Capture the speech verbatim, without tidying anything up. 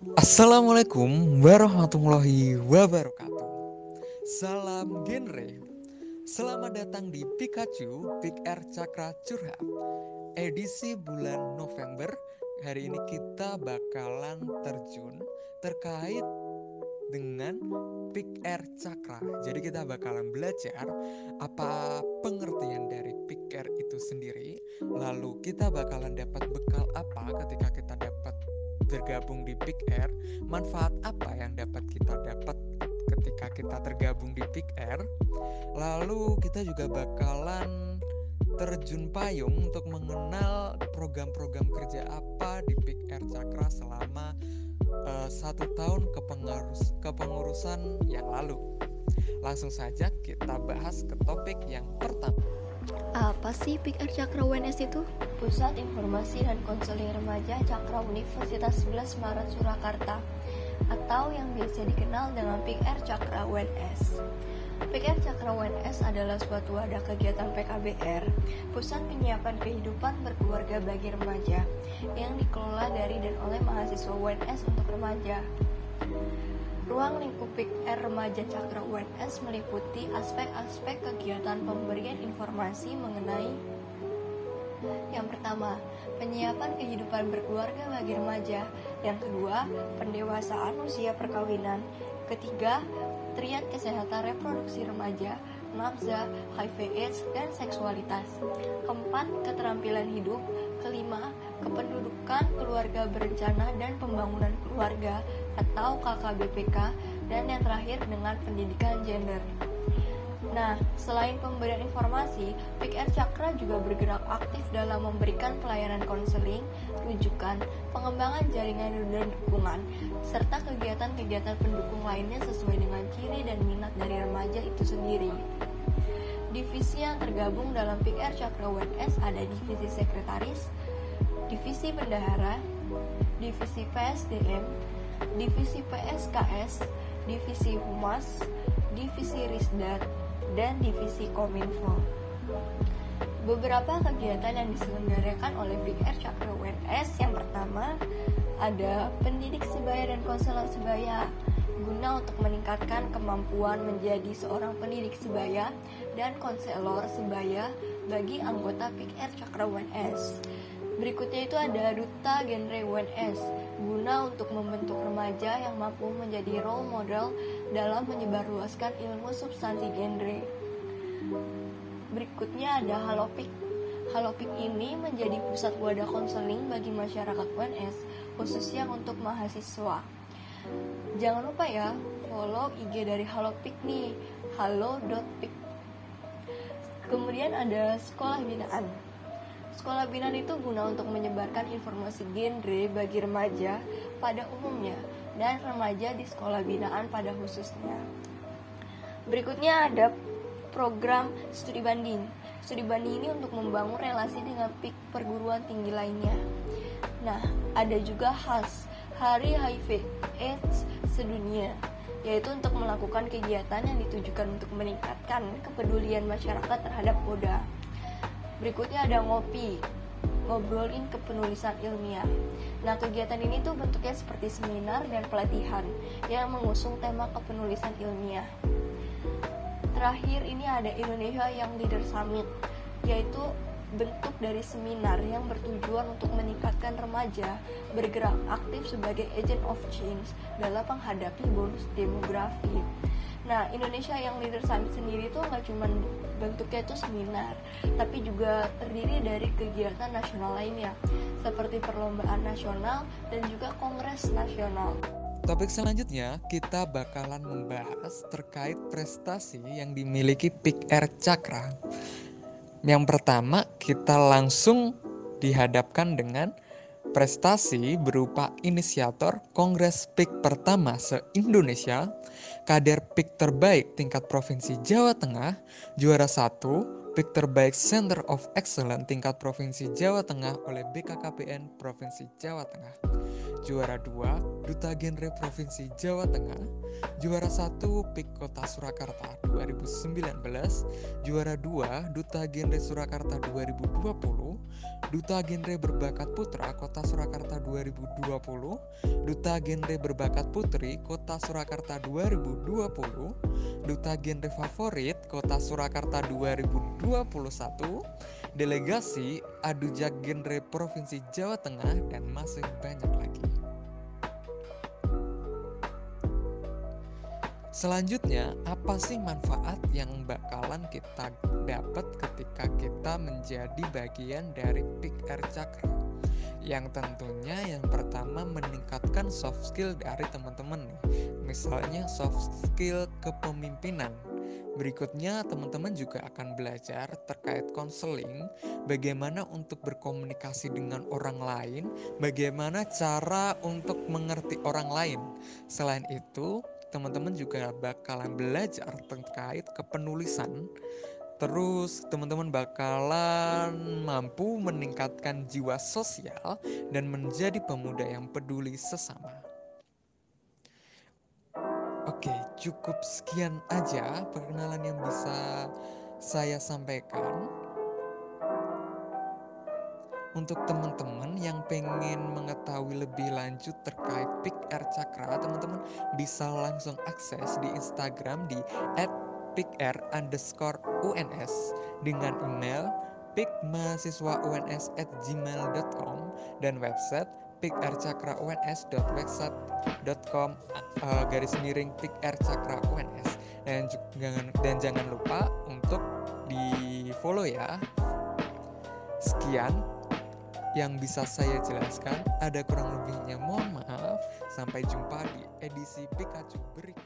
Assalamualaikum warahmatullahi wabarakatuh. Salam genre. Selamat datang di Pikachu Big R Cakra Curhat edisi bulan November. Hari ini kita bakalan terjun terkait dengan Big R Cakra. Jadi kita bakalan belajar apa pengertian dari Big R itu sendiri. Lalu kita bakalan dapat bekal apa ketika kita dapat bergabung di Big R, manfaat apa yang dapat kita dapat ketika kita tergabung di Big R. Lalu kita juga bakalan terjun payung untuk mengenal program-program kerja apa di Big R Cakra selama uh, satu tahun kepengurus, kepengurusan yang lalu. Langsung saja kita bahas ke topik yang pertama. Apa sih Big R Cakra U N S itu? Pusat Informasi dan Konseling Remaja Cakra Universitas sebelas Maret Surakarta, atau yang biasa dikenal dengan Big R Cakra U N S. Big R Cakra U N S adalah suatu wadah kegiatan P K B R, pusat penyiapan kehidupan berkeluarga bagi remaja, yang dikelola dari dan oleh mahasiswa U N S untuk remaja. Ruang lingkup Big R Remaja Cakra U N S meliputi aspek-aspek kegiatan pemberian informasi mengenai: yang pertama, penyiapan kehidupan berkeluarga bagi remaja. Yang kedua, pendewasaan usia perkawinan. Ketiga, triad kesehatan reproduksi remaja, nafsa, H I V AIDS, dan seksualitas. Keempat, keterampilan hidup. Kelima, kependudukan keluarga berencana dan pembangunan keluarga atau K K B P K. Dan yang terakhir dengan pendidikan gender. Nah, selain pemberian informasi, Big R Cakra juga bergerak aktif dalam memberikan pelayanan konseling, rujukan, pengembangan jaringan dan dukungan, serta kegiatan-kegiatan pendukung lainnya sesuai dengan ciri dan minat dari remaja itu sendiri. Divisi yang tergabung dalam Big R Cakra U N S ada Divisi Sekretaris, Divisi Bendahara, Divisi P S D M, Divisi P S K S, Divisi Humas, Divisi Risdat, dan Divisi Kominfo. Beberapa kegiatan yang diselenggarakan oleh Big R Cakra U N S, yang pertama ada pendidik sebaya dan konselor sebaya, guna untuk meningkatkan kemampuan menjadi seorang pendidik sebaya dan konselor sebaya bagi anggota Big R Cakra U N S. Berikutnya itu ada Duta Genre U N S, guna untuk membentuk remaja yang mampu menjadi role model dalam menyebarluaskan ilmu substansi genre. Berikutnya ada Halopik. Halopik ini menjadi pusat wadah konseling bagi masyarakat U N S, khususnya untuk mahasiswa. Jangan lupa ya, follow I G dari Halopik nih, halo dot pik. Kemudian ada Sekolah Binaan. Sekolah binaan itu guna untuk menyebarkan informasi genre bagi remaja pada umumnya dan remaja di sekolah binaan pada khususnya. Berikutnya ada program studi banding. Studi banding ini untuk membangun relasi dengan P I K perguruan tinggi lainnya. Nah, ada juga H A S, Hari H I V AIDS Sedunia, yaitu untuk melakukan kegiatan yang ditujukan untuk meningkatkan kepedulian masyarakat terhadap O D A. Berikutnya ada Ngopi, ngobrolin kepenulisan ilmiah. Nah, kegiatan ini tuh bentuknya seperti seminar dan pelatihan yang mengusung tema kepenulisan ilmiah. Terakhir ini ada Indonesia Young Leader Summit, yaitu bentuk dari seminar yang bertujuan untuk meningkatkan remaja bergerak aktif sebagai agent of change dalam menghadapi bonus demografi. Nah, Indonesia Young Leader Summit sendiri tuh nggak cuma bentuknya itu seminar, tapi juga terdiri dari kegiatan nasional lainnya, seperti perlombaan nasional dan juga kongres nasional. Topik selanjutnya kita bakalan membahas terkait prestasi yang dimiliki Big R Cakra. Yang pertama, kita langsung dihadapkan dengan prestasi berupa inisiator Kongres P I K pertama se-Indonesia, kader P I K terbaik tingkat Provinsi Jawa Tengah, juara satu P I K terbaik Center of Excellence tingkat Provinsi Jawa Tengah oleh B K K P N Provinsi Jawa Tengah, juara dua Duta Genre Provinsi Jawa Tengah, Juara satu Pik Kota Surakarta dua ribu sembilan belas, juara dua Duta Genre Surakarta dua ribu dua puluh, Duta Genre Berbakat Putra Kota Surakarta dua ribu dua puluh, Duta Genre Berbakat Putri Kota Surakarta dua ribu dua puluh, Duta Genre Favorit Kota Surakarta dua ribu dua puluh satu, Delegasi Adujak Genre Provinsi Jawa Tengah, dan masih banyak lagi. Selanjutnya, apa sih manfaat yang bakalan kita dapat ketika kita menjadi bagian dari Pik R Cakra? Yang tentunya yang pertama meningkatkan soft skill dari teman-teman nih. Misalnya soft skill kepemimpinan. Berikutnya teman-teman juga akan belajar terkait konseling, bagaimana untuk berkomunikasi dengan orang lain, bagaimana cara untuk mengerti orang lain. Selain itu, teman-teman juga bakalan belajar terkait kepenulisan. Terus teman-teman bakalan mampu meningkatkan jiwa sosial dan menjadi pemuda yang peduli sesama. Oke, cukup sekian aja perkenalan yang bisa saya sampaikan. Untuk teman-teman yang pengen mengetahui lebih lanjut terkait Pik R Cakra, teman-teman bisa langsung akses di Instagram di et pikr underscore uns dengan email pikmahasiswauns at gmail dot com dan website pikrcakrauns dot website dot com uh, garis miring pikrcakrauns dan jangan dan jangan lupa untuk di follow ya. Sekian yang bisa saya jelaskan, ada kurang lebihnya mohon maaf. Sampai jumpa di edisi Pikachu berikutnya.